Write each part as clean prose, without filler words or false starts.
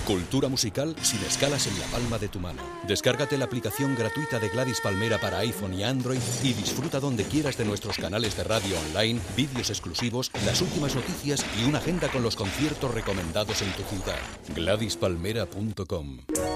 Cultura musical sin escalas en la palma de tu mano. Descárgate la aplicación gratuita de Gladys Palmera para iPhone y Android y disfruta donde quieras de nuestros canales de radio online, vídeos exclusivos, las últimas noticias y una agenda con los conciertos recomendados en tu ciudad. GladysPalmera.com.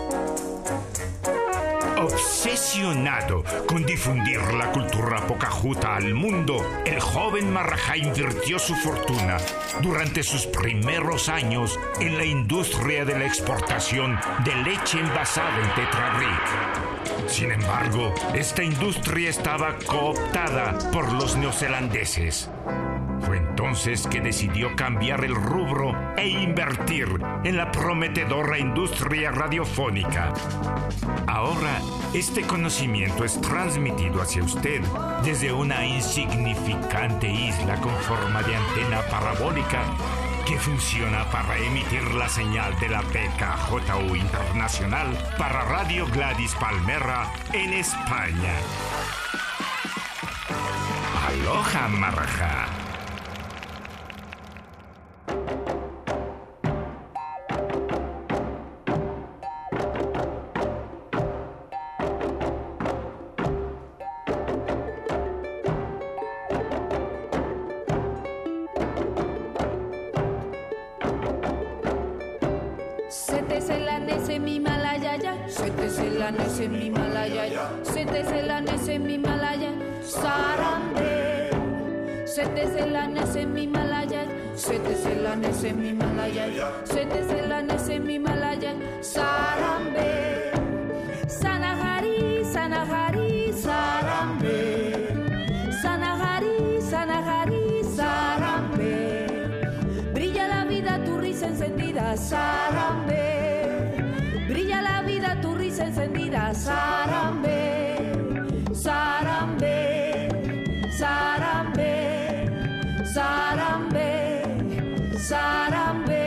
Obsesionado con difundir la cultura Pocahontas al mundo, el joven Marajá invirtió su fortuna durante sus primeros años en la industria de la exportación de leche envasada en Tetra Pak. Sin embargo, esta industria estaba cooptada por los neozelandeses. Fue entonces que decidió cambiar el rubro e invertir en la prometedora industria radiofónica. Ahora, este conocimiento es transmitido hacia usted desde una insignificante isla con forma de antena parabólica que funciona para emitir la señal de la PKJU Internacional para Radio Gladys Palmera en España. ¡Aloha, Marajá! Brilla la vida tu risa encendida, Sarambe. Brilla la vida tu risa encendida, Sarambe. Sarambe, Sarambe, Sarambe, Sarambe.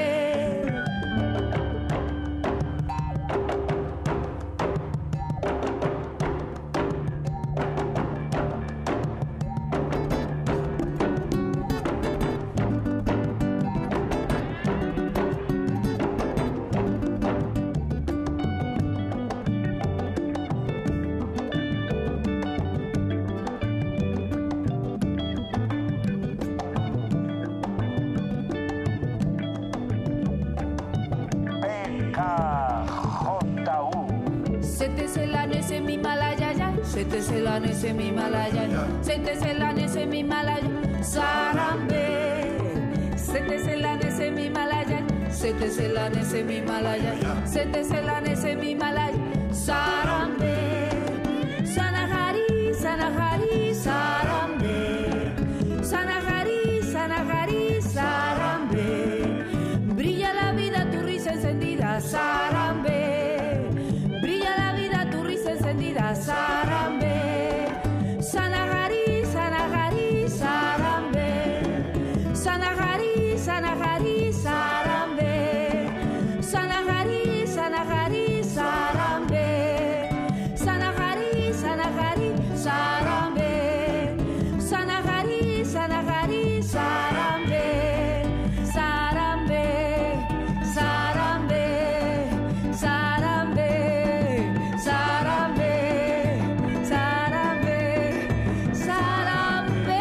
Sete selane se mi malaya, sete selane se mi malaya, Sarambe. Sete selane se mi malaya, sete selane se mi malaya, sete selane se mi malaya, Sarambe. Sanahari, Sanahari, Sarambe. Sanahari, Sanahari, Sarambe. Brilla la vida tu risa encendida, Sarambe. Brilla la vida tu risa encendida, Sarambe. Sanahari, Sanahari, Sarambe. Sanahari, Sanahari, Sarambe. Sanahari, Sanahari, Sarambe. Sanahari, Sanahari, Sarambe. Sanahari, Sanahari, Sarambe. Sarambe, Sarambe, Sarambe, Sarambe, Sarambe, Sarambe,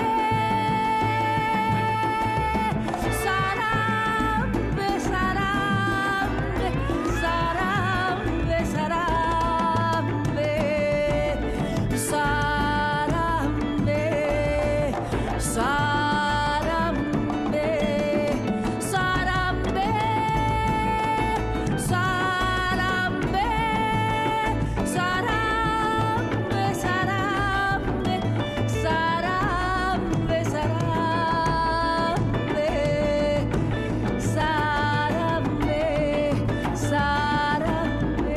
Sarambe, Sarambe, Sarambe, Sarambe, Sarambe, Sarambe, Sarambe, Sarambe, Sarambe, Sarambe, Sarambe, Sarambe, Sarambe,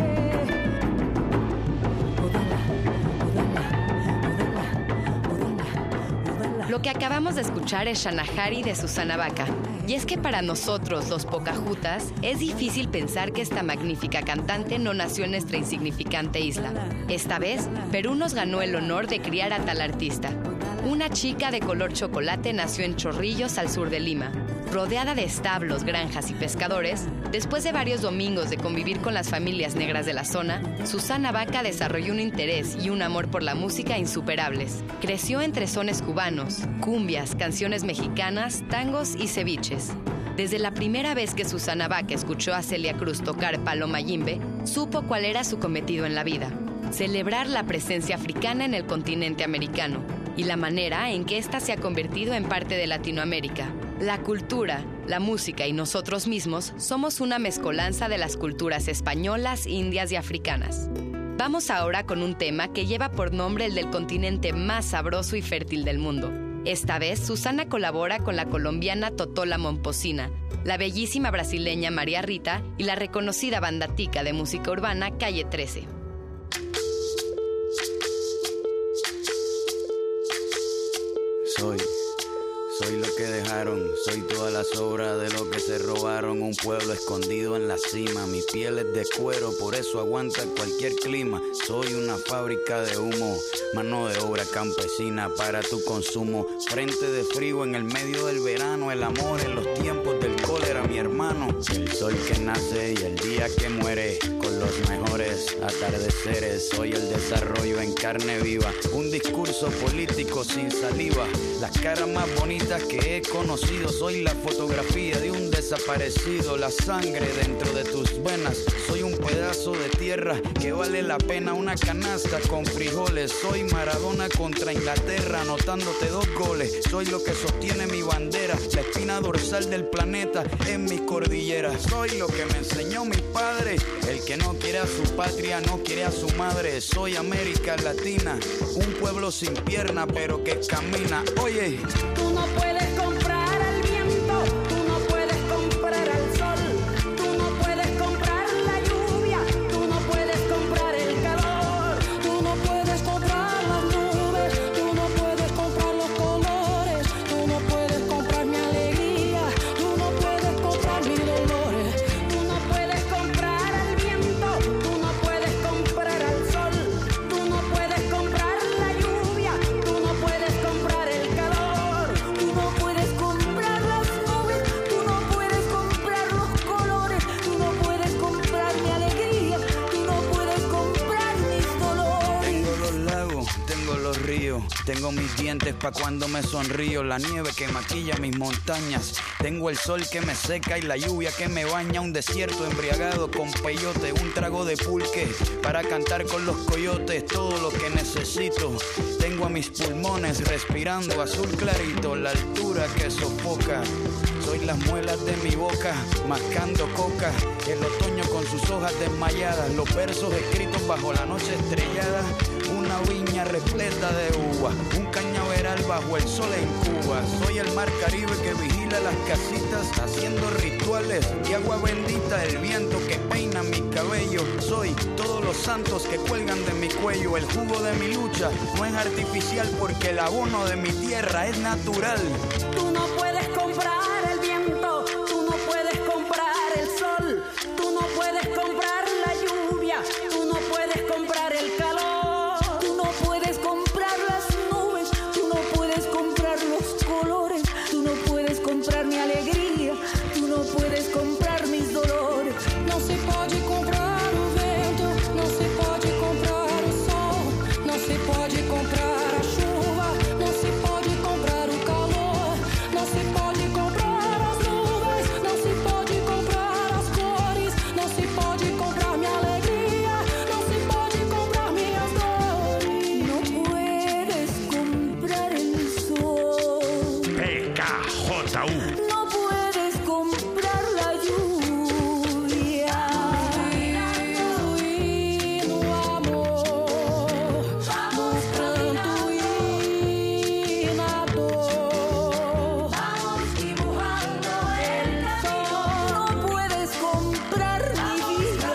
Lo que acabamos de escuchar es Sanahari de Susana Baca. Y es que para nosotros, los Pocahontas, es difícil pensar que esta magnífica cantante no nació en nuestra insignificante isla. Esta vez, Perú nos ganó el honor de criar a tal artista. Una chica de color chocolate nació en Chorrillos, al sur de Lima. Rodeada de establos, granjas y pescadores, después de varios domingos de convivir con las familias negras de la zona, Susana Baca desarrolló un interés y un amor por la música insuperables. Creció entre sones cubanos, cumbias, canciones mexicanas, tangos y ceviches. Desde la primera vez que Susana Baca escuchó a Celia Cruz tocar palo mayimbe, supo cuál era su cometido en la vida: celebrar la presencia africana en el continente americano y la manera en que ésta se ha convertido en parte de Latinoamérica. La cultura, la música y nosotros mismos somos una mezcolanza de las culturas españolas, indias y africanas. Vamos ahora con un tema que lleva por nombre el del continente más sabroso y fértil del mundo. Esta vez, Susana colabora con la colombiana Totola Momposina, la bellísima brasileña María Rita y la reconocida banda tica de música urbana Calle 13. Soy lo que dejaron, soy toda la sobra de lo que se robaron. Un pueblo escondido en la cima, mi piel es de cuero, por eso aguanta cualquier clima. Soy una fábrica de humo, mano de obra campesina para tu consumo. Frente de frío en el medio del verano, el amor en los tiempos del cólera, mi hermano. El sol que nace y el día que muere, con los mejores atardeceres. Soy el desarrollo en carne viva, un discurso político sin saliva. Las caras más bonitas que he conocido, soy la fotografía de un desaparecido, la sangre dentro de tus venas. Soy un pedazo de tierra que vale la pena una canasta con frijoles. Soy Maradona contra Inglaterra, anotándote 2 goles. Soy lo que sostiene mi bandera, la espina dorsal del planeta en mis cordilleras. Soy lo que me enseñó mi padre, el que no quiere a su patria no quiere a su madre. Soy América Latina, un pueblo sin pierna pero que camina. Oye, tú no puedes comprar al viento, tú no puedes comprar al sol, tú no puedes comprar la lluvia, tú no puedes comprar el calor, tú no puedes comprar las nubes, tú no puedes comprar los colores, tú no puedes comprar mi alegría, tú no puedes comprar mis dolores, tú no puedes comprar al viento, tú no puedes comprar al sol, tú no puedes comprar la lluvia, tú no puedes comprar el calor, tú no puedes comprar las nubes, tú no puedes comprar los colores, tú no puedes comprar mi alegría, tú no puedes comprar mis dolores. tengo los lagos, tengo los ríos, tengo mis dientes pa' cuando me sonrío, la nieve que maquilla mis montañas, tengo el sol que me seca y la lluvia que me baña, un desierto embriagado con peyote, un trago de pulque para cantar con los coyotes, todo lo que necesito. Tengo a mis pulmones respirando azul clarito, la altura que sofoca. Soy las muelas de mi boca, mascando coca, el otoño con sus hojas desmayadas, los versos escritos bajo la noche estrellada, una viña repleta de uvas, un cañaveral bajo el sol en Cuba. Soy el mar Caribe que vigila las casitas, haciendo rituales de agua bendita, el viento que peina mi cabello. Soy todos los santos que cuelgan de mi cuello, el jugo de mi lucha no es artificial porque el abono de mi tierra es natural. Tú no puedes comprar el viento, tú no puedes comprar el sol, tú no puedes comprar la lluvia, tú no puedes comprar el calor, tú no puedes comprar las nubes, tú no puedes comprar los colores, tú no puedes comprar mi alegría, tú no puedes comprar mis dolores. Não se pode comprar o vento, não se pode comprar o sol, não se pode comprar a chuva, não se pode comprar o calor, não se pode comprar as nuvens, não se pode comprar as cores, não se pode comprar minha alegria, não se pode comprar minhas dores. Não puedes comprar el sol, PKJU. no puedes comprar la lluvia. Y no amor, vamos pranto y na dor, vamos dibujando el sol. No puedes comprar mi vida.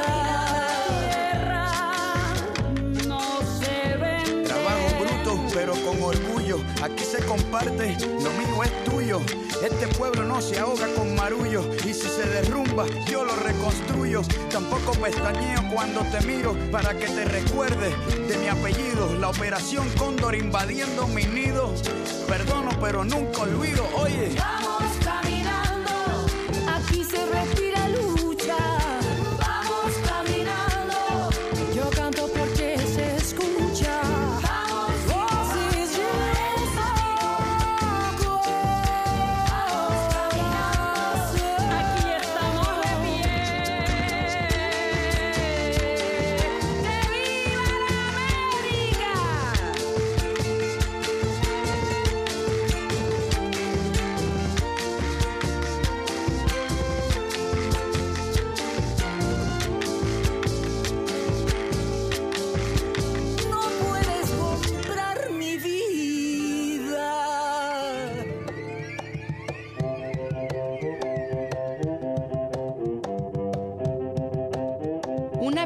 No se vende. Trabajo bruto, pero con orgullo. Aquí se comparte, lo mío es tuyo. Este pueblo no se ahoga con marullo. Y si se derrumba, yo lo reconstruyo. Tampoco pestañeo cuando te miro para que te recuerdes de mi apellido. La operación Cóndor invadiendo mi nido. Perdono, pero nunca olvido. Oye, Vamos caminando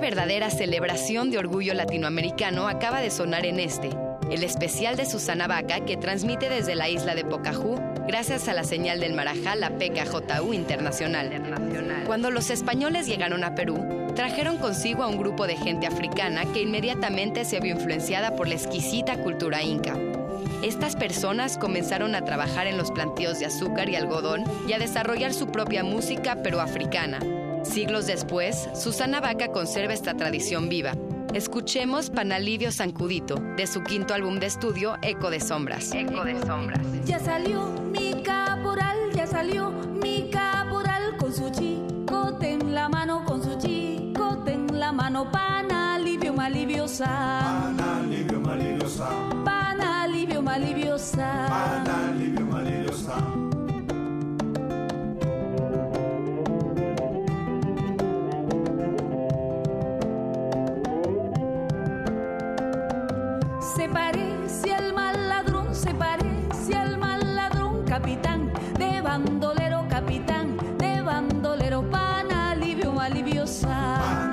verdadera celebración de orgullo latinoamericano acaba de sonar en el especial de Susana Baca, que transmite desde la isla de Pocahú gracias a la señal del Marajá, la PKJU Internacional. Cuando los españoles llegaron a Perú, trajeron consigo a un grupo de gente africana que inmediatamente se vio influenciada por la exquisita cultura inca. Estas personas comenzaron a trabajar en los plantíos de azúcar y algodón y a desarrollar su propia música peruafricana. Siglos después, Susana Baca conserva esta tradición viva. Escuchemos Panalivio Sancudito, de su quinto álbum de estudio, Eco de Sombras. Ya salió mi caporal, con su chicote en la mano, Panalivio maliviosa. Se parece al mal ladrón, capitán de bandolero, Panalivio maliviosa.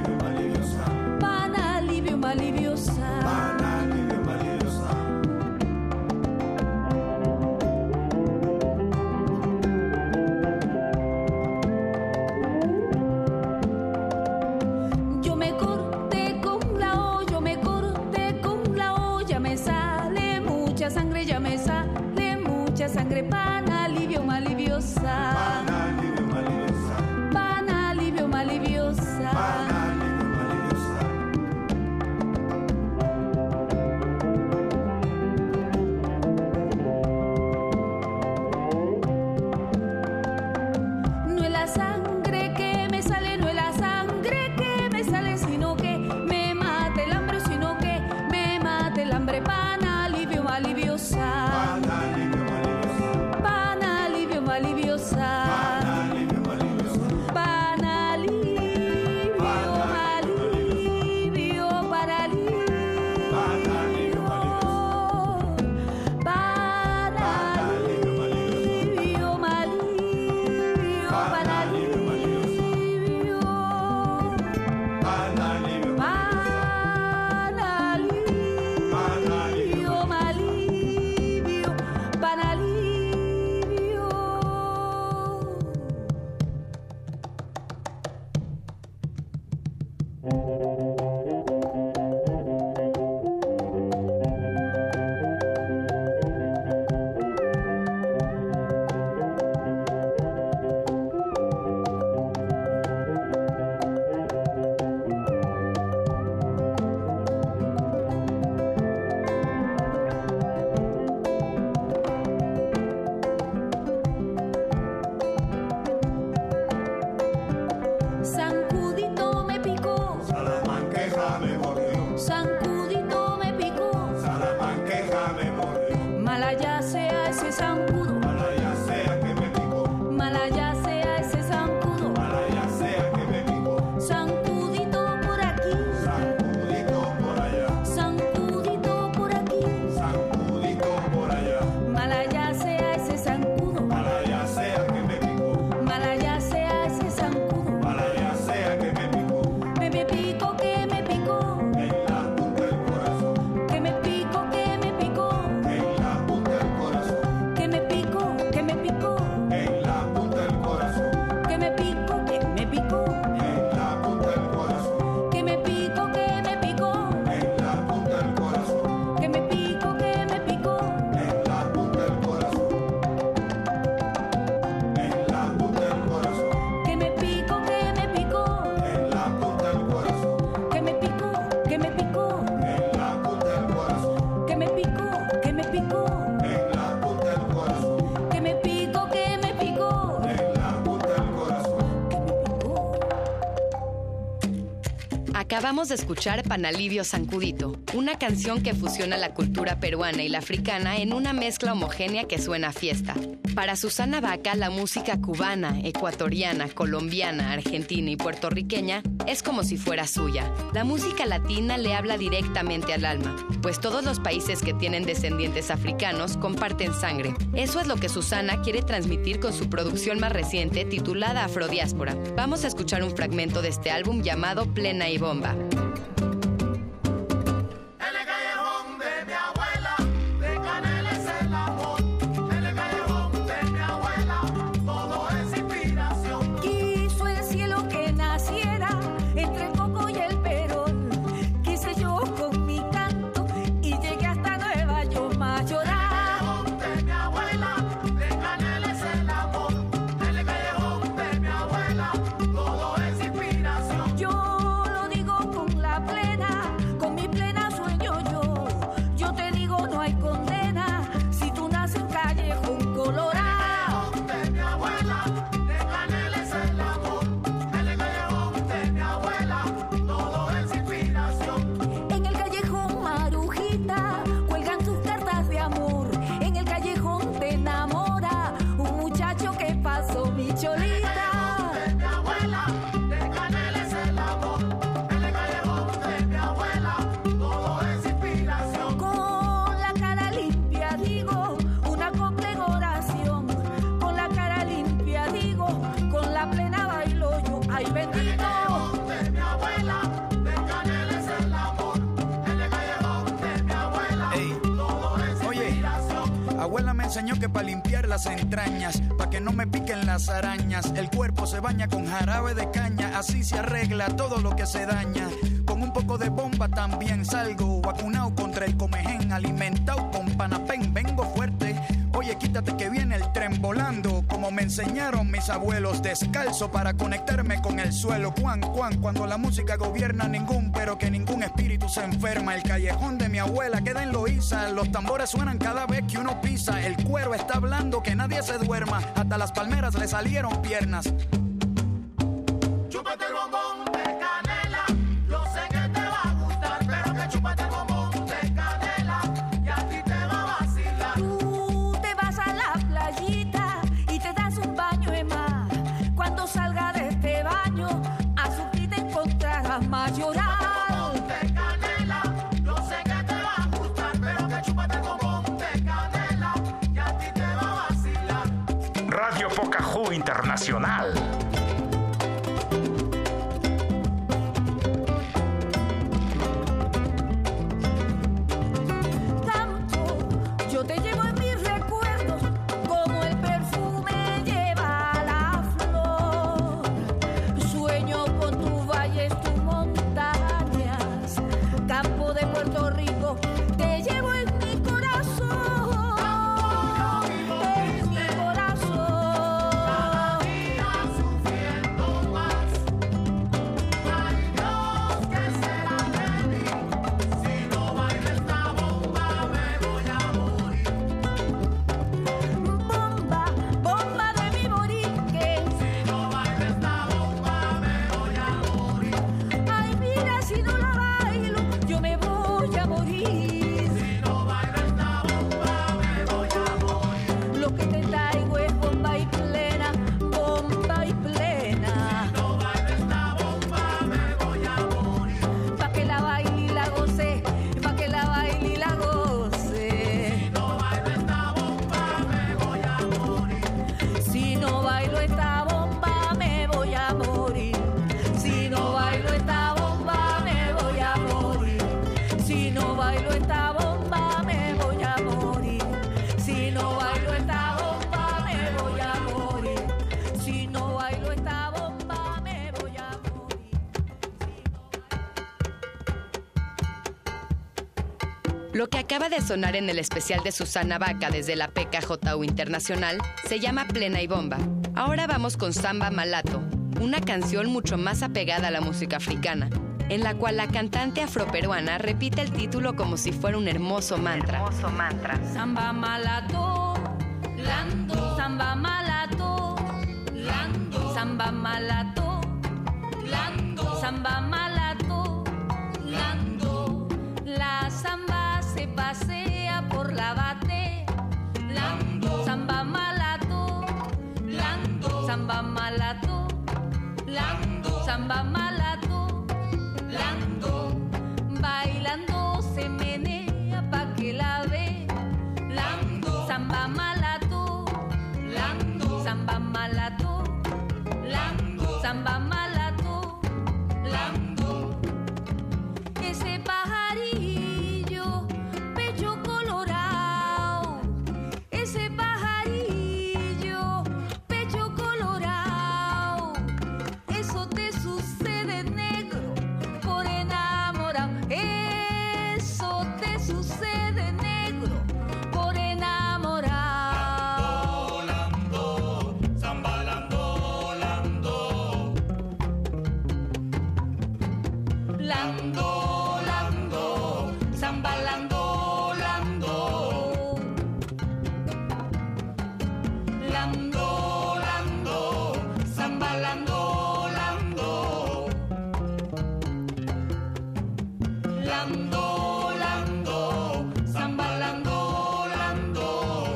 Yo me corté con la olla, me sale mucha sangre, Panalivio maliviosa. No es la sangre que me sale, sino que me mate el hambre, Panalivio maliviosa. Sancudito me picó, Salamanqueja me mordió. Sancudito me picó, Salamanqueja me mordió. Malaya sea ese zancudo, Malaya sea que me picó. Malaya sea ese zancudo. Malaya sea que me picó. Sancudito por aquí, Sancudito por allá. Sancudito por aquí, Sancudito por allá. Malaya sea ese zancudo, Malaya sea que me picó. Malaya sea ese zancudo. Malaya sea que me picó. Me pico, que me picó, En la punta del corazón. que me pico, En la punta del corazón. que me pico, En la punta del corazón. que me pico, En la punta del corazón. que me pico, En la punta del corazón. que me pico, En la punta del corazón. En la punta del corazón. que me pico, En la punta del corazón. que me pico, En la punta del corazón. que me pico, En la punta del corazón. que me pico, En la punta del corazón. Acabamos de escuchar Panalivio Sancudito, una canción que fusiona la cultura peruana y la africana en una mezcla homogénea que suena a fiesta. Para Susana Baca, la música cubana, ecuatoriana, colombiana, argentina y puertorriqueña es como si fuera suya. La música latina le habla directamente al alma, pues todos los países que tienen descendientes africanos comparten sangre. Eso es lo que Susana quiere transmitir con su producción más reciente titulada Afrodiáspora. Vamos a escuchar un fragmento de este álbum llamado Plena y Bomba. Enseñó que para limpiar las entrañas, para que no me piquen las arañas, el cuerpo se baña con jarabe de caña, así se arregla todo lo que se daña. Con un poco de bomba también salgo, vacunado contra el comején, alimentado con panapén, vengo fuerte. Oye, quítate que viene el tren volando, como me enseñaron mis abuelos, descalzo para conectarme con el suelo. Cuando la música gobierna ningún, pero que ningún espíritu se enferma. El callejón de mi abuela queda en Loíza, los tambores suenan cada vez que uno pisa. El cuero está hablando, que nadie se duerma, hasta las palmeras le salieron piernas. Chúpate el bombón de canela, yo sé que te va a gustar, pero que chúpate el bombón de canela, y a ti te va a vacilar. Tú te vas a la playita y te das un baño de mar. Cuando salga de este baño, a su ti te encontrarás mayoral. De canela, yo sé que te va a gustar, pero que chúpate el bombón de canela, y a ti te va a vacilar. Radio Pocahú Internacional. Yo te llevo en mis recuerdos como el perfume lleva la flor. Sueño con tus valles, tus montañas, campo de Puerto Rico. Te llevo en mi corazón, en mi corazón. Cada día sufriendo más. Ay Dios, ¿qué será de mí? Si no bailo esta bomba me voy a morir. Bomba, bomba de mi borique. Si no bailo esta bomba me voy a morir. Ay, mira, si no la bailo, yo me voy a morir. Si no bailo esta bomba me voy a morir. Lo que te traigo es bomba y plena, bomba y plena. Si no bailo esta bomba me voy a morir. Pa' que la baile y la goce, pa' que la baile y la goce. Si no bailo esta bomba me voy a morir. Si no bailo esta bomba me voy a morir. Si no bailo esta bomba me voy a morir. Si no bailo esta bomba me voy a morir. Si no bailo esta bomba me voy a morir. Si no bailo esta bomba me voy a morir. Lo que acaba de sonar en el especial de Susana Baca desde la PKJU Internacional se llama Plena y Bomba. Ahora vamos con Samba Malato, una canción mucho más apegada a la música africana, en la cual la cantante afroperuana repite el título como si fuera un hermoso mantra. Samba malato, lando. Samba malato, lando. Samba malato, lando. Samba malato, lando. La samba se pasea por la bate, lando. Samba malato. malato, lando, samba malato, lando, bailando se menea pa' que la ve, lando, samba malato, lando, samba malato, lando, samba malato, lando, ese pajarillo, pecho colorado, ese pajarillo, pecho colorado, eso te sucede negro por enamorado, eso te sucede negro por enamorado. Lando, samba lando, lando. Lando, lando, samba lando, lando. Lando, lando, samba lando, lando. Lando, lando, samba lando, lando.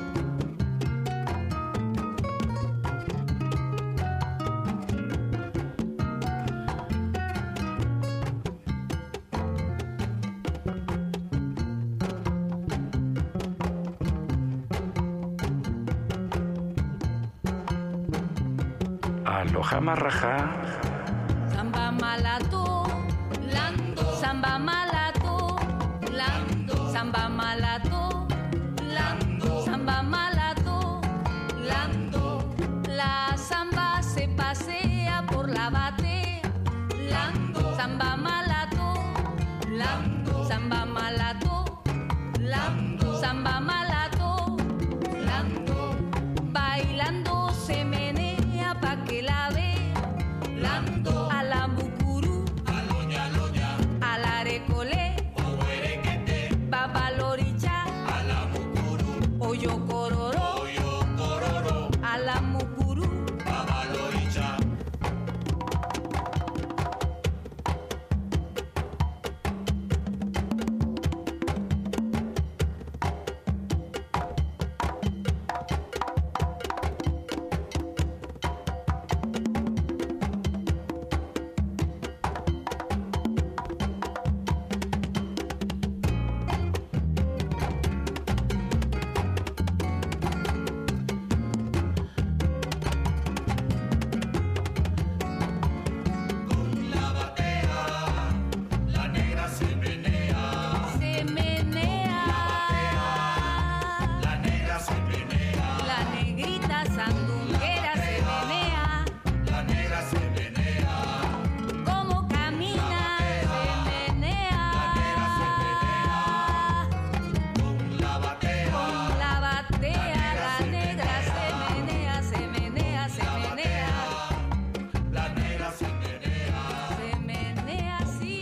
Aloha marraja. Samba malato, lando, samba malato, lando, samba malato, lando, samba malato, lando. La samba se pasea por la batea, lando, samba malato, lando, samba malato, lando, samba malato, lando. Bailando se menea pa' que la vea, lando, a la mucurú, a la recolé, babaloricha, a la mucurú, oyo cororó, a la mucurú, babaloricha. Se menea, la negrita sandunguera se menea, como camina se menea, con la batea la negra se menea, se menea, se menea, se menea así.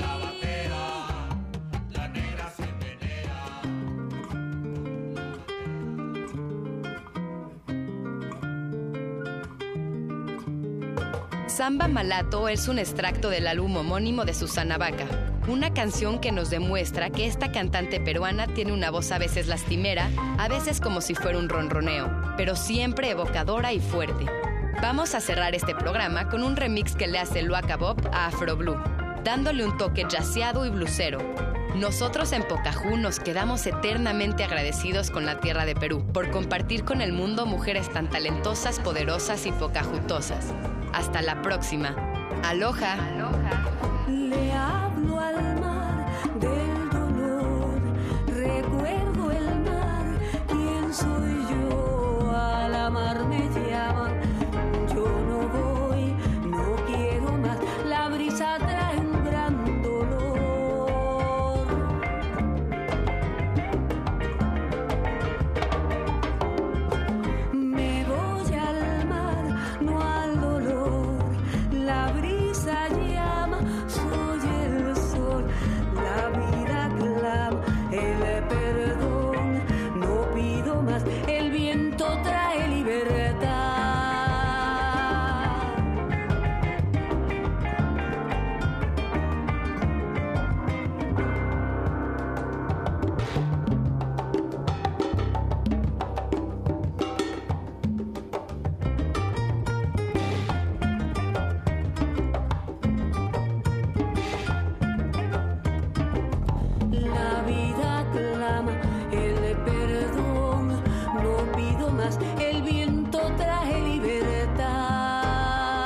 Samba Malato es un extracto del álbum homónimo de Susana Baca, una canción que nos demuestra que esta cantante peruana tiene una voz a veces lastimera, a veces como si fuera un ronroneo, pero siempre evocadora y fuerte. Vamos a cerrar este programa con un remix que le hace Luaca Bob a Afro Blue, dándole un toque jazzeado y blusero. Nosotros en Pocahú nos quedamos eternamente agradecidos con la tierra de Perú por compartir con el mundo mujeres tan talentosas, poderosas y pocahutosas. Hasta la próxima. Aloha. Le hablo al mar del dolor, recuerdo el mar, ¿quién soy yo? A la mar me llaman, yo no voy, no quiero más, la brisa trae un gran dolor. Me voy al mar, no al dolor, la brisa llama, soy el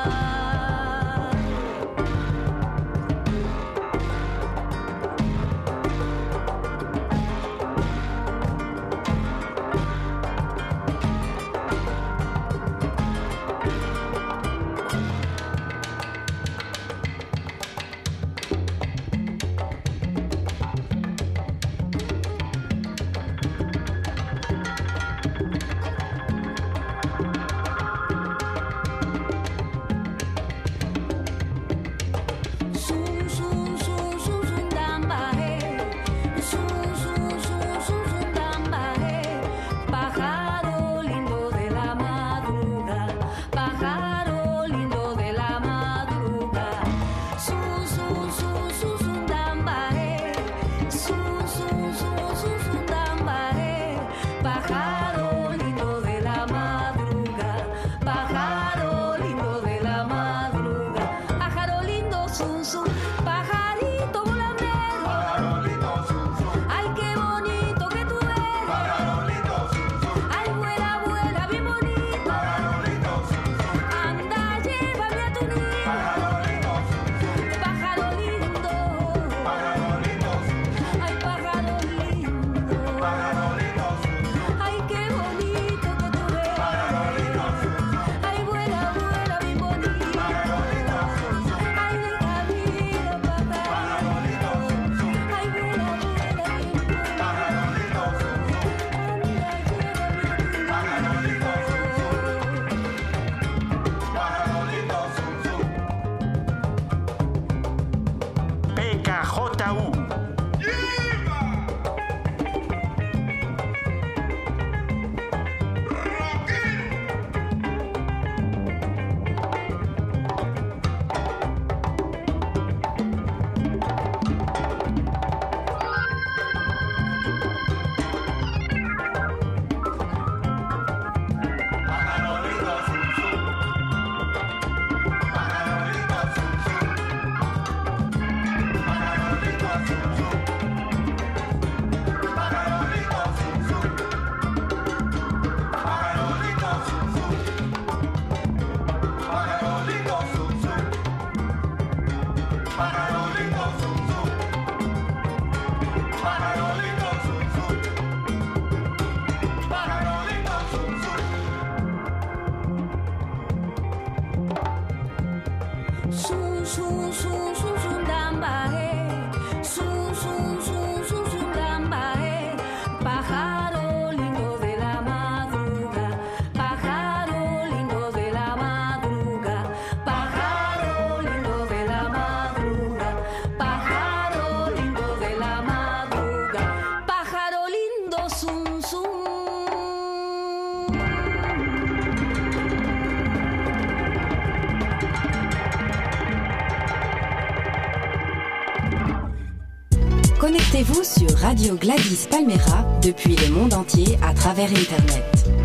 Connectez-vous sur Radio Gladys Palmera depuis le monde entier à travers Internet.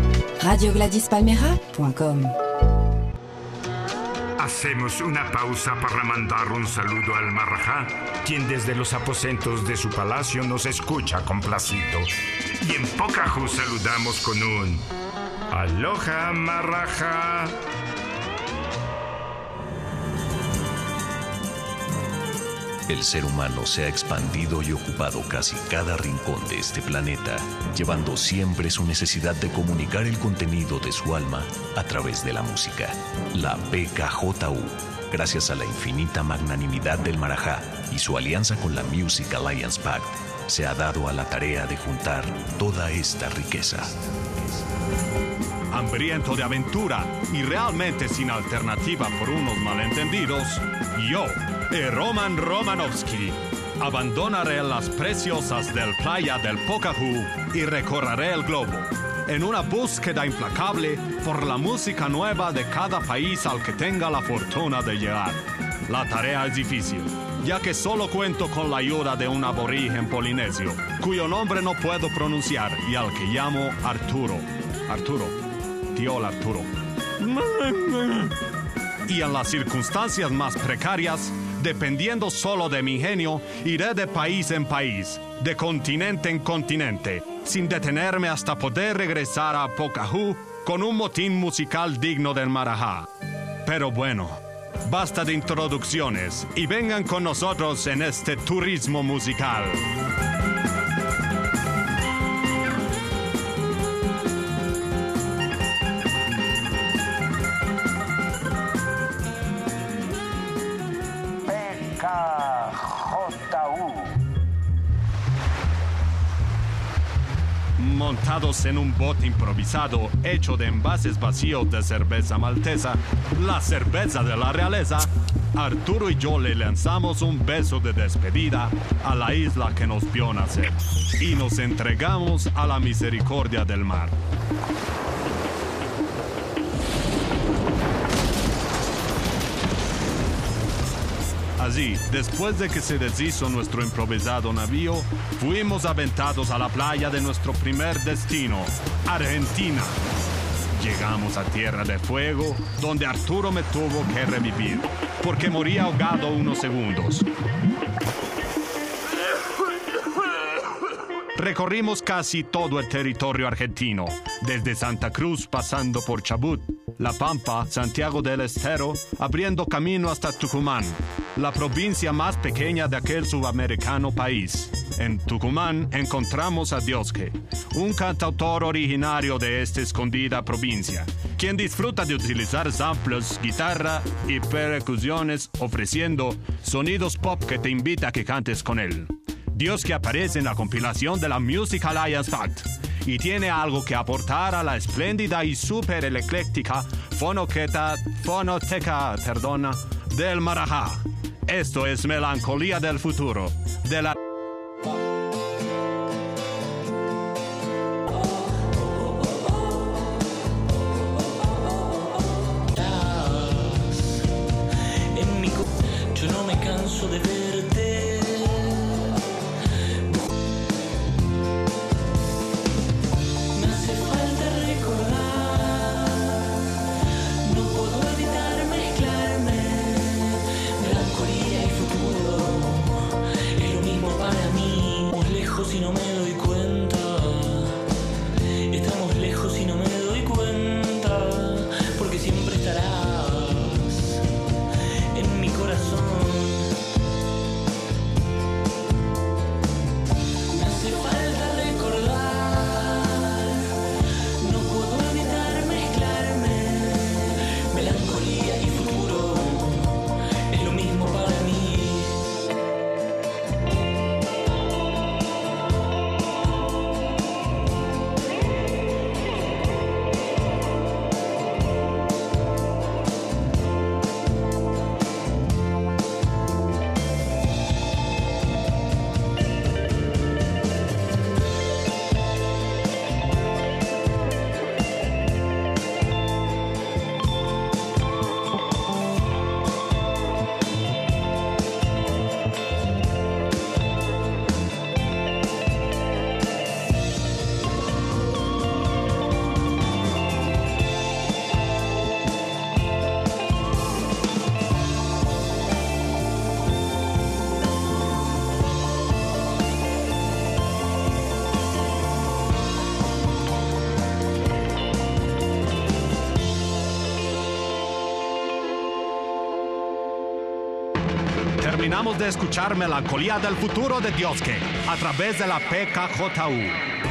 RadioGladysPalmera.com. Hacemos una pausa para mandar un saludo al Marajá, quien desde los aposentos de su palacio nos escucha complacido. Y en Pocahú saludamos con un Aloha Marajá. El ser humano se ha expandido y ocupado casi cada rincón de este planeta, llevando siempre su necesidad de comunicar el contenido de su alma a través de la música. La PKJU, gracias a la infinita magnanimidad del Marajá y su alianza con la Music Alliance Pact, se ha dado a la tarea de juntar toda esta riqueza. Hambriento de aventura y realmente sin alternativa por unos malentendidos, yo, Roman Romanovsky, abandonaré las preciosas del playa del Pocahú y recorreré el globo en una búsqueda implacable por la música nueva de cada país al que tenga la fortuna de llegar. La tarea es difícil, ya que solo cuento con la ayuda de un aborigen polinesio, cuyo nombre no puedo pronunciar y al que llamo Arturo. Tío Arturo. Y en las circunstancias más precarias, dependiendo solo de mi genio, iré de país en país, de continente en continente, sin detenerme hasta poder regresar a Pocahú con un motín musical digno del Marajá. Pero bueno, basta de introducciones y vengan con nosotros en este turismo musical. Montados en un bote improvisado hecho de envases vacíos de cerveza maltesa, la cerveza de la realeza, Arturo y yo le lanzamos un beso de despedida a la isla que nos vio nacer y nos entregamos a la misericordia del mar. Así, después de que se deshizo nuestro improvisado navío, fuimos aventados a la playa de nuestro primer destino, Argentina. Llegamos a Tierra de Fuego, donde Arturo me tuvo que revivir, porque moría ahogado unos segundos. Recorrimos casi todo el territorio argentino, desde Santa Cruz pasando por Chubut, La Pampa, Santiago del Estero, abriendo camino hasta Tucumán, la provincia más pequeña de aquel sudamericano país. En Tucumán encontramos a Diosque, un cantautor originario de esta escondida provincia, quien disfruta de utilizar samples, guitarra y percusiones, ofreciendo sonidos pop que te invita a que cantes con él. Diosque aparece en la compilación de la Music Alliance Fact y tiene algo que aportar a la espléndida y súper ecléctica fonoteca del Marajá. Esto es Melancolía del Futuro, de la... Yo no me canso de verte. Me hace falta recordar. No puedo evitar mezclarme. Melancolía y futuro es lo mismo para mí. Estamos lejos y no me doy cuenta. Estamos lejos y no me doy cuenta. Porque siempre estarás en mi corazón. Me hace falta recordar. No puedo evitar mezclarme. Melancolía y futuro es lo mismo para mí. Terminamos de escuchar Melancolía del Futuro de Diosque a través de la PKJU.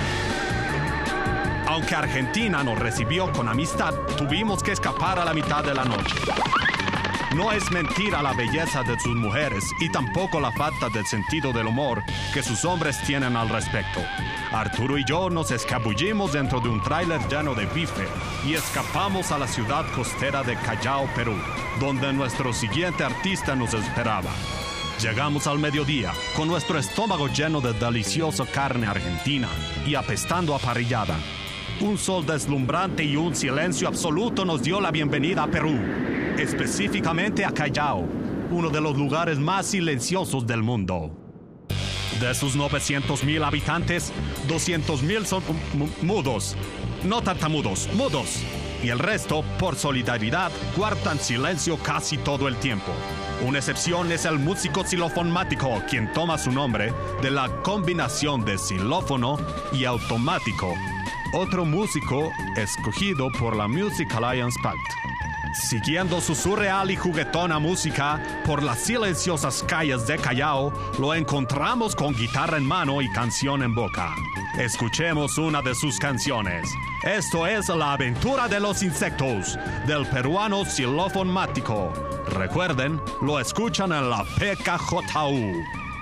Aunque Argentina nos recibió con amistad, tuvimos que escapar a la mitad de la noche. No es mentira la belleza de sus mujeres y tampoco la falta del sentido del humor que sus hombres tienen al respecto. Arturo y yo nos escabullimos dentro de un tráiler lleno de bife y escapamos a la ciudad costera de Callao, Perú, donde nuestro siguiente artista nos esperaba. Llegamos al mediodía con nuestro estómago lleno de deliciosa carne argentina y apestando a parrillada. Un sol deslumbrante y un silencio absoluto nos dio la bienvenida a Perú, específicamente a Callao, uno de los lugares más silenciosos del mundo. De sus 900,000 habitantes, 200,000 son mudos, no tartamudos, mudos. Y el resto, por solidaridad, guardan silencio casi todo el tiempo. Una excepción es el músico xilofónico, quien toma su nombre de la combinación de xilófono y automático, otro músico escogido por la Music Alliance Pact. Siguiendo su surreal y juguetona música por las silenciosas calles de Callao, lo encontramos con guitarra en mano y canción en boca. Escuchemos una de sus canciones. Esto es La aventura de los insectos, del peruano Xilófono Mático. Recuerden, lo escuchan en la PKJU.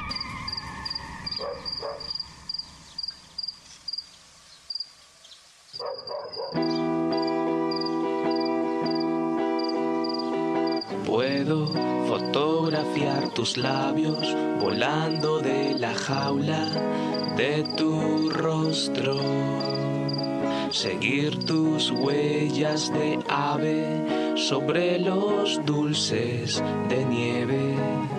Puedo fotografiar tus labios volando de la jaula de tu rostro, seguir tus huellas de ave sobre los dulces de nieve,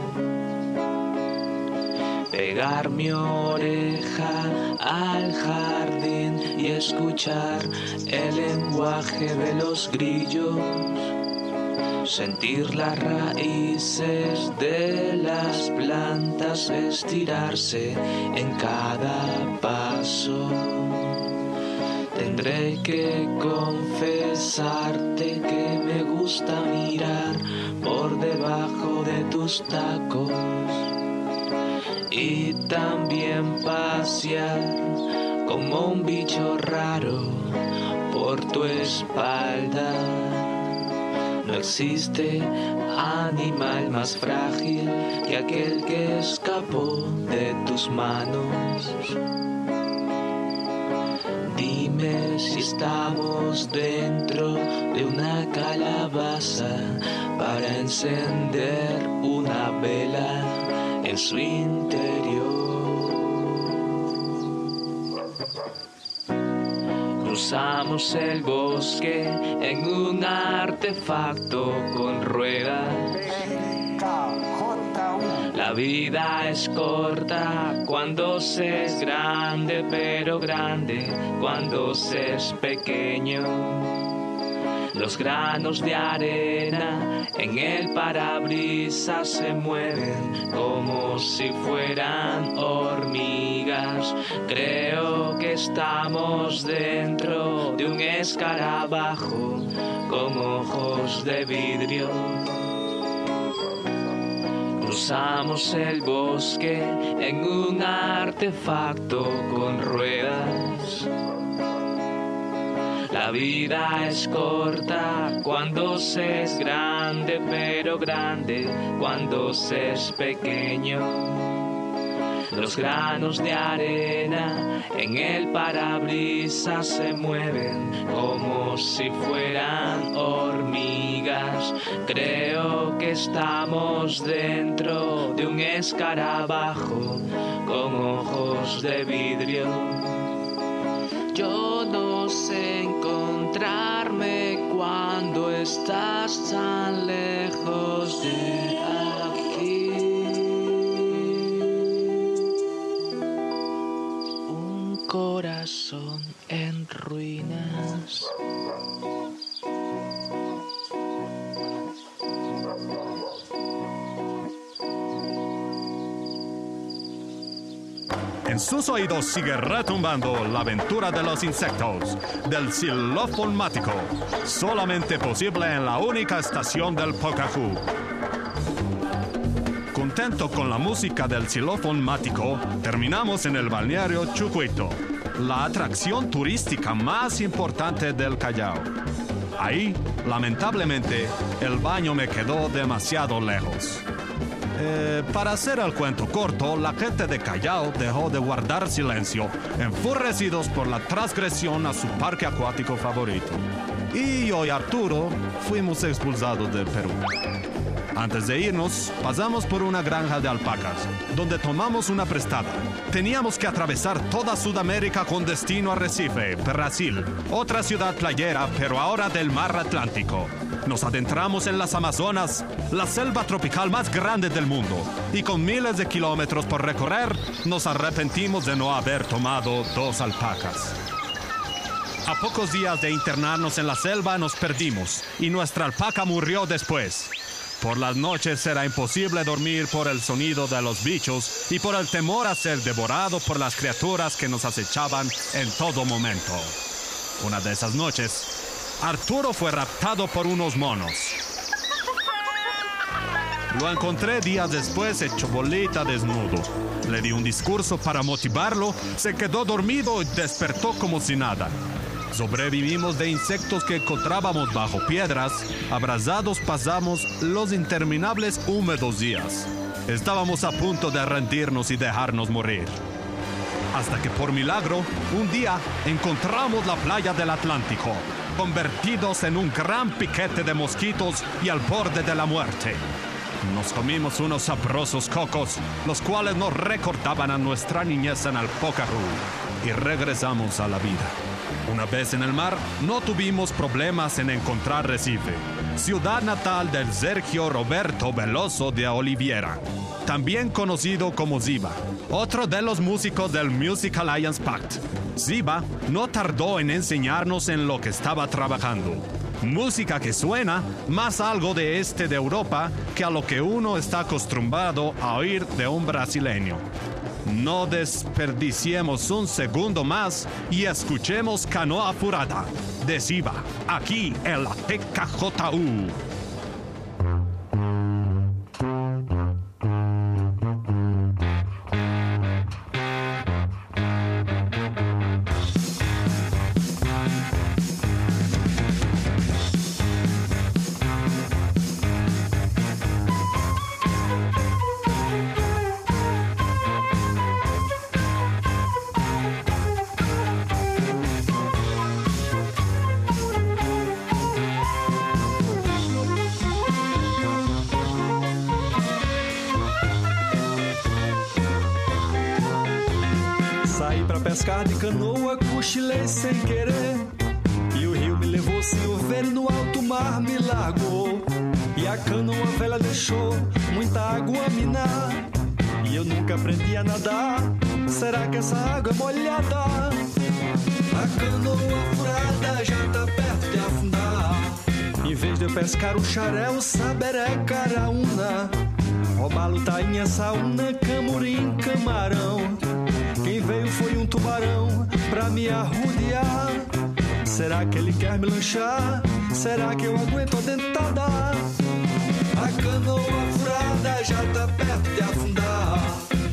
pegar mi oreja al jardín y escuchar el lenguaje de los grillos, sentir las raíces de las plantas estirarse en cada paso. Tendré que confesarte que me gusta mirar por debajo de tus tacos y también pasear como un bicho raro por tu espalda. No existe animal más frágil que aquel que escapó de tus manos. Dime si estamos dentro de una calabaza para encender una vela en su interior. Cruzamos el bosque en un artefacto con ruedas. La vida es corta cuando se es grande, pero grande cuando se es pequeño. Los granos de arena en el parabrisas se mueven como si fueran hormigas. Creo que estamos dentro de un escarabajo con ojos de vidrio. Cruzamos el bosque en un artefacto con ruedas. La vida es corta cuando se es grande, pero grande cuando se es pequeño. Los granos de arena en el parabrisas se mueven como si fueran hormigas. Creo que estamos dentro de un escarabajo con ojos de vidrio. Yo no sé encontrarme cuando estás tan lejos de aquí. Un corazón en ruinas. En sus oídos sigue retumbando La aventura de los insectos, del Xilófono Mático, solamente posible en la única estación del Pocahú. Contento con la música del Xilófono Mático, terminamos en el balneario Chucuito, la atracción turística más importante del Callao. Ahí, lamentablemente, el baño me quedó demasiado lejos. Para hacer el cuento corto, la gente de Callao dejó de guardar silencio, enfurecidos por la transgresión a su parque acuático favorito. Y yo y Arturo fuimos expulsados del Perú. Antes de irnos, pasamos por una granja de alpacas, donde tomamos una prestada. Teníamos que atravesar toda Sudamérica con destino a Recife, Brasil, otra ciudad playera, pero ahora del mar Atlántico. Nos adentramos en las Amazonas, la selva tropical más grande del mundo, y con miles de kilómetros por recorrer, nos arrepentimos de no haber tomado 2 alpacas. A pocos días de internarnos en la selva nos perdimos, y nuestra alpaca murió después. Por las noches era imposible dormir por el sonido de los bichos y por el temor a ser devorado por las criaturas que nos acechaban en todo momento. Una de esas noches, Arturo fue raptado por unos monos. Lo encontré días después hecho bolita desnudo. Le di un discurso para motivarlo, se quedó dormido y despertó como si nada. Sobrevivimos de insectos que encontrábamos bajo piedras. Abrazados pasamos los interminables húmedos días. Estábamos a punto de rendirnos y dejarnos morir. Hasta que por milagro, un día encontramos la playa del Atlántico, convertidos en un gran piquete de mosquitos y al borde de la muerte. Nos comimos unos sabrosos cocos, los cuales nos recordaban a nuestra niñez en el Pocahú, y regresamos a la vida. Una vez en el mar, no tuvimos problemas en encontrar Recife, ciudad natal del Sergio Roberto Veloso de Oliveira, también conocido como Ziva, otro de los músicos del Music Alliance Pact. Ziva no tardó en enseñarnos en lo que estaba trabajando. Música que suena más algo de Europa que a lo que uno está acostumbrado a oír de un brasileño. No desperdiciemos un segundo más y escuchemos Canoa Furada de Ziva, aquí en la PKJU. Saí pra pescar de canoa, cochilei sem querer. E o rio me levou sem eu ver, e no alto mar me largou. E a canoa velha deixou muita água a minar. E eu nunca aprendi a nadar. Será que essa água é molhada? A canoa furada já tá perto de afundar. Em vez de eu pescar o xaré, o saberé, caraúna, robalo, tainha, saúna, camurim, camarão. Quem veio foi um tubarão pra me arrudear. Será que ele quer me lanchar? Será que eu aguento a dentada? A canoa furada já tá perto de afundar.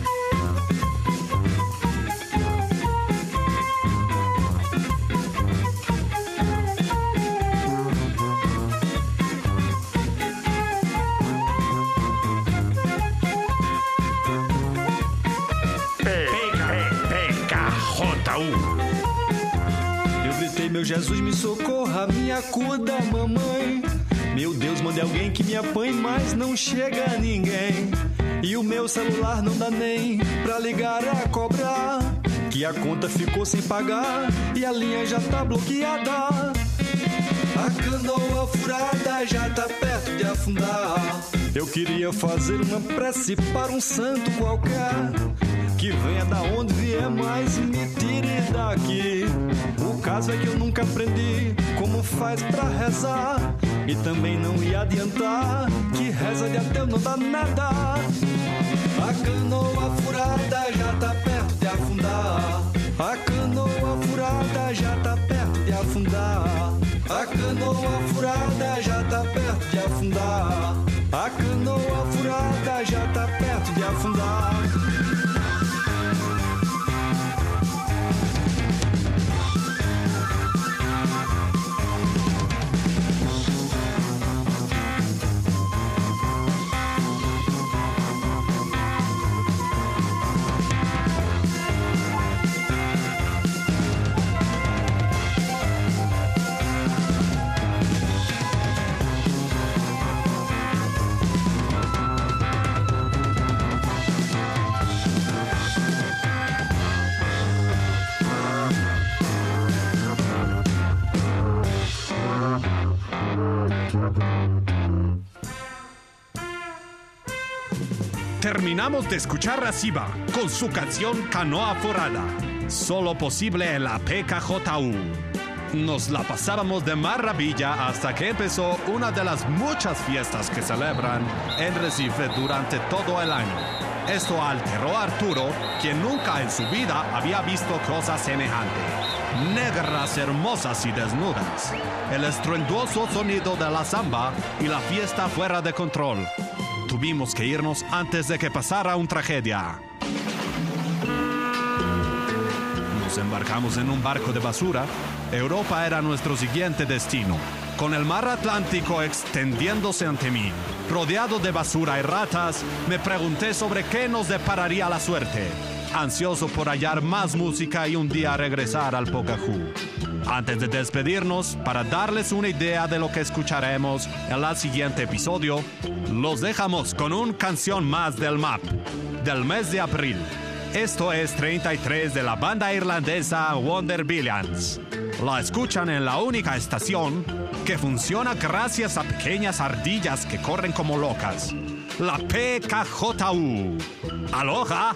Eu gritei, meu Jesus, me socorra, me acuda, mamãe. Meu Deus, mande alguém que me apanhe, mas não chega ninguém. E o meu celular não dá nem pra ligar a cobrar, que a conta ficou sem pagar e a linha já tá bloqueada. A canoa furada já tá perto de afundar. Eu queria fazer uma prece para um santo qualquer, que venha da onde vier, mas me tire daqui. O caso é que eu nunca aprendi como faz pra rezar, e também não ia adiantar, que reza de ateu não dá nada. A canoa furada já tá perto de afundar. A canoa furada já tá perto de afundar. A canoa furada já tá perto de afundar. A canoa furada já tá perto de afundar. Terminamos de escuchar a Ziva con su canción Canoa Furada, solo posible en la PKJU. Nos la pasábamos de maravilla hasta que empezó una de las muchas fiestas que celebran en Recife durante todo el año. Esto alteró a Arturo, quien nunca en su vida había visto cosas semejantes. negras hermosas y desnudas, el estruendoso sonido de la samba y la fiesta fuera de control. Tuvimos que irnos antes de que pasara una tragedia. Nos embarcamos en un barco de basura. Europa era nuestro siguiente destino. Con el mar Atlántico extendiéndose ante mí, rodeado de basura y ratas, me pregunté sobre qué nos depararía la suerte, ansioso por hallar más música y un día regresar al Pocahú. Antes de despedirnos, para darles una idea de lo que escucharemos en el siguiente episodio, los dejamos con una canción más del MAP, del mes de abril. Esto es 33 de la banda irlandesa Wonder Billions. La escuchan en la única estación que funciona gracias a pequeñas ardillas que corren como locas. La PKJU. ¡Aloha!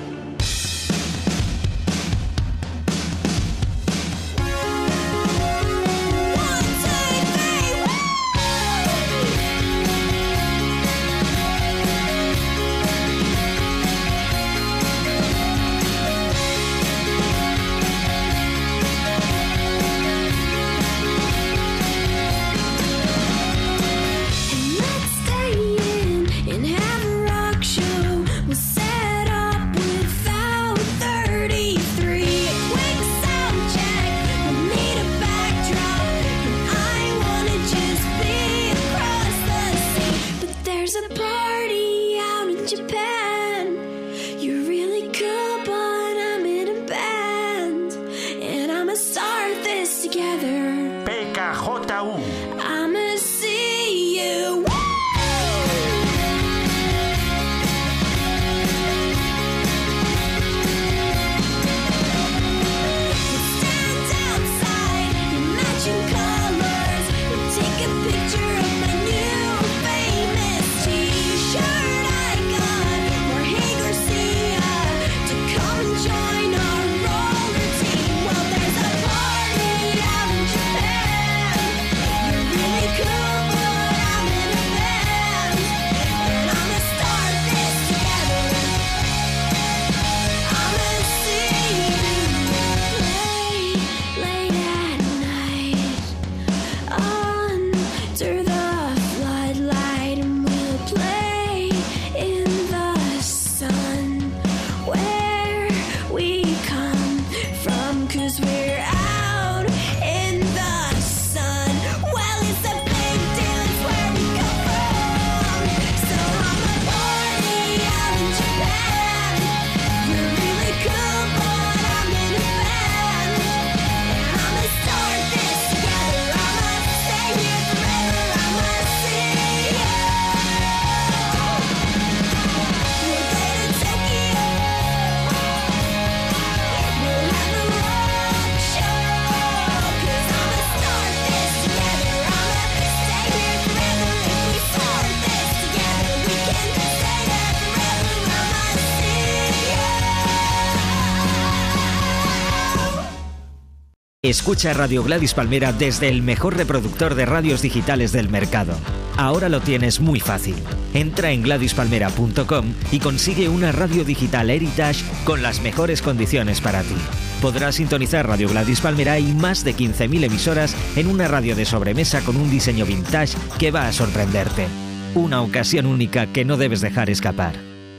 Escucha Radio Gladys Palmera desde el mejor reproductor de radios digitales del mercado. Ahora lo tienes muy fácil. Entra en gladyspalmera.com y consigue una radio digital Heritage con las mejores condiciones para ti. Podrás sintonizar Radio Gladys Palmera y más de 15.000 emisoras en una radio de sobremesa con un diseño vintage que va a sorprenderte. Una ocasión única que no debes dejar escapar.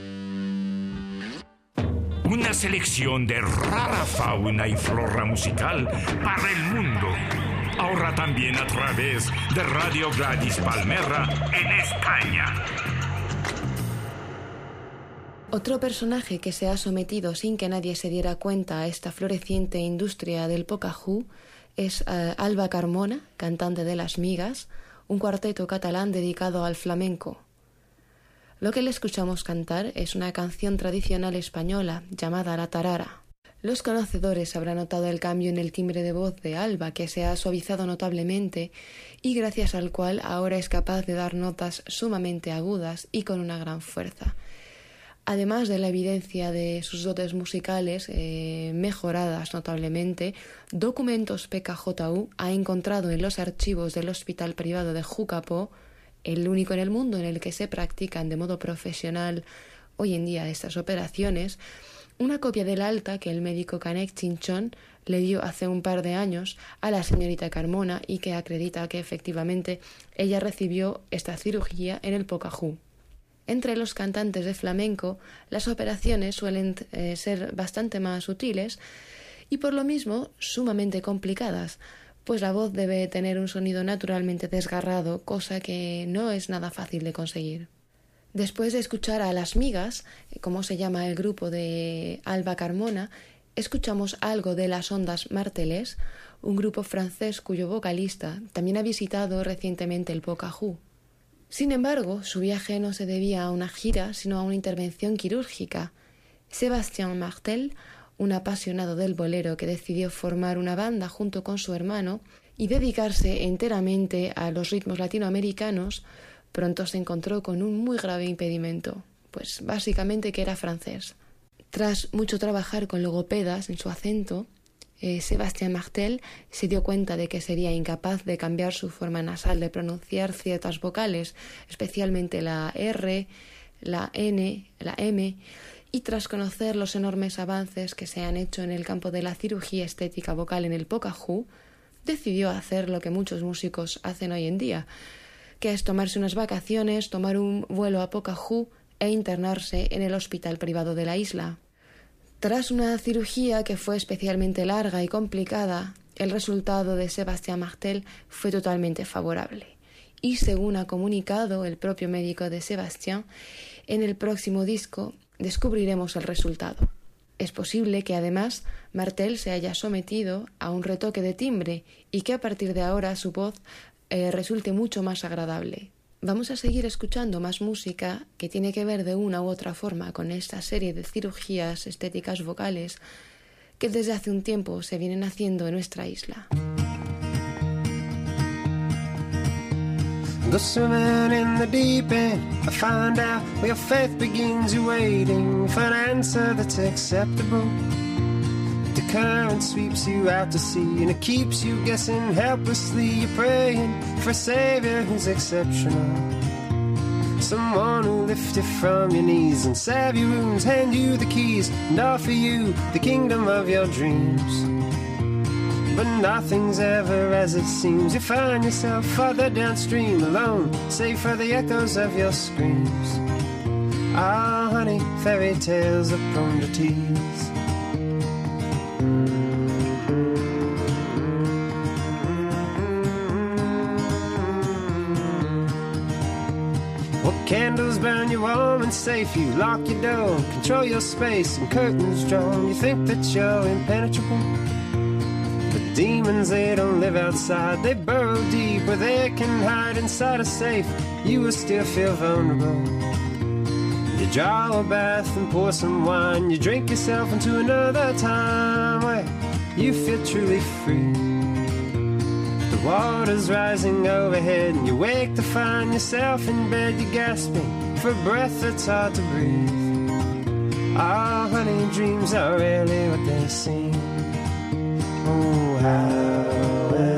Una selección de rara fauna y flora musical para el mundo. Ahora también a través de Radio Gladys Palmera en España. Otro personaje que se ha sometido sin que nadie se diera cuenta a esta floreciente industria del Pocahú es Alba Carmona, cantante de Las Migas, un cuarteto catalán dedicado al flamenco. Lo que le escuchamos cantar es una canción tradicional española llamada La Tarara. Los conocedores habrán notado el cambio en el timbre de voz de Alba, que se ha suavizado notablemente y gracias al cual ahora es capaz de dar notas sumamente agudas y con una gran fuerza. Además de la evidencia de sus dotes musicales mejoradas notablemente, Documentos PKJU ha encontrado en los archivos del Hospital Privado de Jucapó, el único en el mundo en el que se practican de modo profesional hoy en día estas operaciones, una copia del alta que el médico Canek Chinchón le dio hace un par de años a la señorita Carmona y que acredita que efectivamente ella recibió esta cirugía en el Pocahú. Entre los cantantes de flamenco, las operaciones suelen ser bastante más sutiles y por lo mismo sumamente complicadas, pues la voz debe tener un sonido naturalmente desgarrado, cosa que no es nada fácil de conseguir. Después de escuchar a Las Migas, como se llama el grupo de Alba Carmona, escuchamos algo de Las Ondas Marteles, un grupo francés cuyo vocalista también ha visitado recientemente el Pocahú. Sin embargo, su viaje no se debía a una gira, sino a una intervención quirúrgica. Sébastien Martel, un apasionado del bolero que decidió formar una banda junto con su hermano y dedicarse enteramente a los ritmos latinoamericanos, pronto se encontró con un muy grave impedimento, pues básicamente que era francés. Tras mucho trabajar con logopedas en su acento, Sébastien Martel se dio cuenta de que sería incapaz de cambiar su forma nasal de pronunciar ciertas vocales, especialmente la R, la N, la M, y tras conocer los enormes avances que se han hecho en el campo de la cirugía estética vocal en el Pocahú, decidió hacer lo que muchos músicos hacen hoy en día, que es tomarse unas vacaciones, tomar un vuelo a Pocahú e internarse en el hospital privado de la isla. Tras una cirugía que fue especialmente larga y complicada, el resultado de Sébastien Martel fue totalmente favorable. Y según ha comunicado el propio médico de Sébastien, en el próximo disco descubriremos el resultado. Es posible que además Martel se haya sometido a un retoque de timbre y que a partir de ahora su voz resulte mucho más agradable. Vamos a seguir escuchando más música que tiene que ver de una u otra forma con esta serie de cirugías estéticas vocales que desde hace un tiempo se vienen haciendo en nuestra isla. Go swimming in the deep end, I find out where your faith begins. You're waiting for an answer that's acceptable. The current sweeps you out to sea and it keeps you guessing helplessly. You're praying for a savior who's exceptional, someone who'll lift you from your knees and salve your wounds, hand you the keys and offer you the kingdom of your dreams. But nothing's ever as it seems. You find yourself farther downstream, alone, save for the echoes of your screams. Ah, honey, fairy tales are prone to tease. Well, candles burn you warm and safe. You lock your door, control your space, and curtains drawn. You think that you're impenetrable. Demons, they don't live outside. They burrow deep where they can hide inside a safe. You will still feel vulnerable. You draw a bath and pour some wine. You drink yourself into another time where you feel truly free. The water's rising overhead and you wake to find yourself in bed. You're gasping for a breath that's hard to breathe. Ah, honey, dreams are rarely what they seem. Oh, however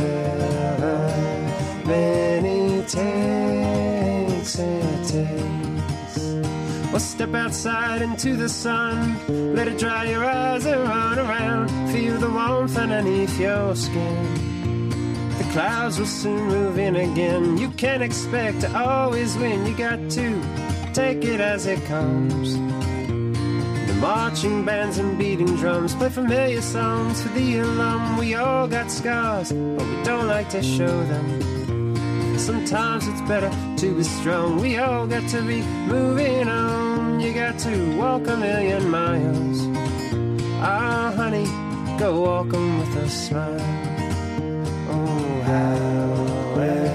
many takes it takes. Well, step outside into the sun, let it dry your eyes and run around. Feel the warmth underneath your skin. The clouds will soon move in again. You can't expect to always win. You got to take it as it comes. Marching bands and beating drums play familiar songs for the alum. We all got scars, but we don't like to show them. Sometimes it's better to be strong. We all got to be moving on. You got to walk a million miles. Ah, honey, go walk 'em with a smile. Oh, however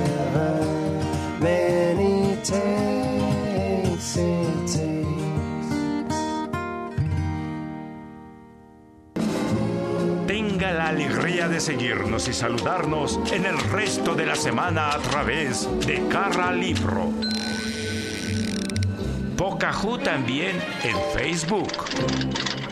many takes it takes. Tenga la alegría de seguirnos y saludarnos en el resto de la semana a través de Carra Libro. Pocahú también en Facebook.